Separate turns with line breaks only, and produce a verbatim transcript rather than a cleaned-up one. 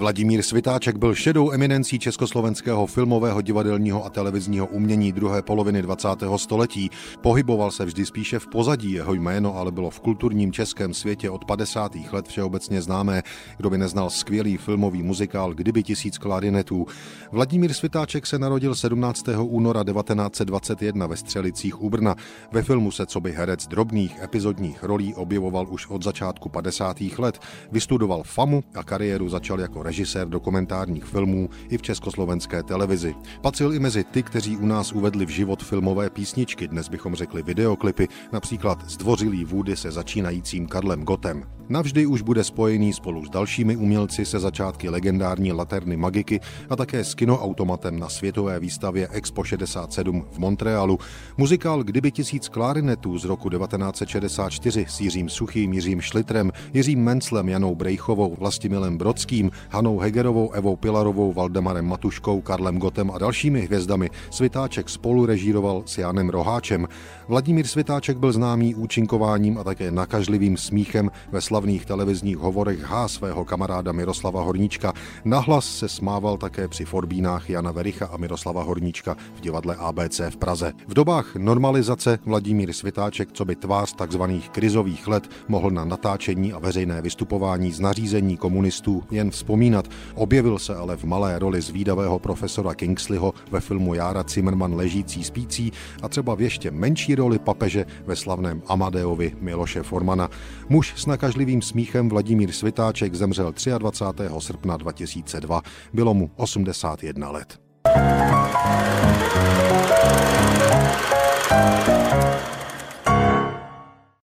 Vladimír Svitáček byl šedou eminencí československého filmového, divadelního a televizního umění druhé poloviny dvacátého století. Pohyboval se vždy spíše v pozadí, jeho jméno ale bylo v kulturním českém světě od padesátých let všeobecně známé. Kdo by neznal skvělý filmový muzikál Kdyby tisíc klarinetů. Vladimír Svitáček se narodil sedmnáctého února devatenáct set dvacet jedna ve Střelicích u Brna. Ve filmu se coby herec drobných epizodních rolí objevoval už od začátku padesátých let. Vystudoval FAMu a kariéru začal jako režisér dokumentárních filmů i v československé televizi. Patřil i mezi ty, kteří u nás uvedli v život filmové písničky, dnes bychom řekli videoklipy, například Zdvořilý vůdy se začínajícím Karlem Gottem. Navždy už bude spojený spolu s dalšími umělci se začátky legendární Laterny Magiky a také s kinoautomatem na světové výstavě Expo šedesát sedm v Montrealu. Muzikál Kdyby tisíc klarinetů z roku devatenáct set šedesát čtyři s Jiřím Suchým, Jiřím Šlitrem, Jiřím Menclem, Janou Brejchovou, Vlastimilem Brodským, Hanou Hegerovou, Evou Pilarovou, Valdemarem Matuškou, Karlem Gottem a dalšími hvězdami Svitáček spolu režíroval s Janem Roháčem. Vladimír Svitáček byl známý účinkováním a také nakažlivým smíchem ve slavných televizních hovorech há svého kamaráda Miroslava Horníčka. Nahlas se smával také při forbínách Jana Vericha a Miroslava Horníčka v divadle A B C v Praze. V dobách normalizace Vladimír Svitáček coby tvář takzvaných krizových let mohl na natáčení a veřejné vystupování z nařízení komunistů jen vzpomínat. Objevil se ale v malé roli zvídavého profesora Kingsleyho ve filmu Jára Cimrman Ležící spící a třeba v ještě menší roli papeže ve slavném Amadeovi Miloše Formana. Muž s nakažlivým smíchem Vladimír Svitáček zemřel dvacátého třetího srpna dva tisíce dva. Bylo mu osmdesát jedna let.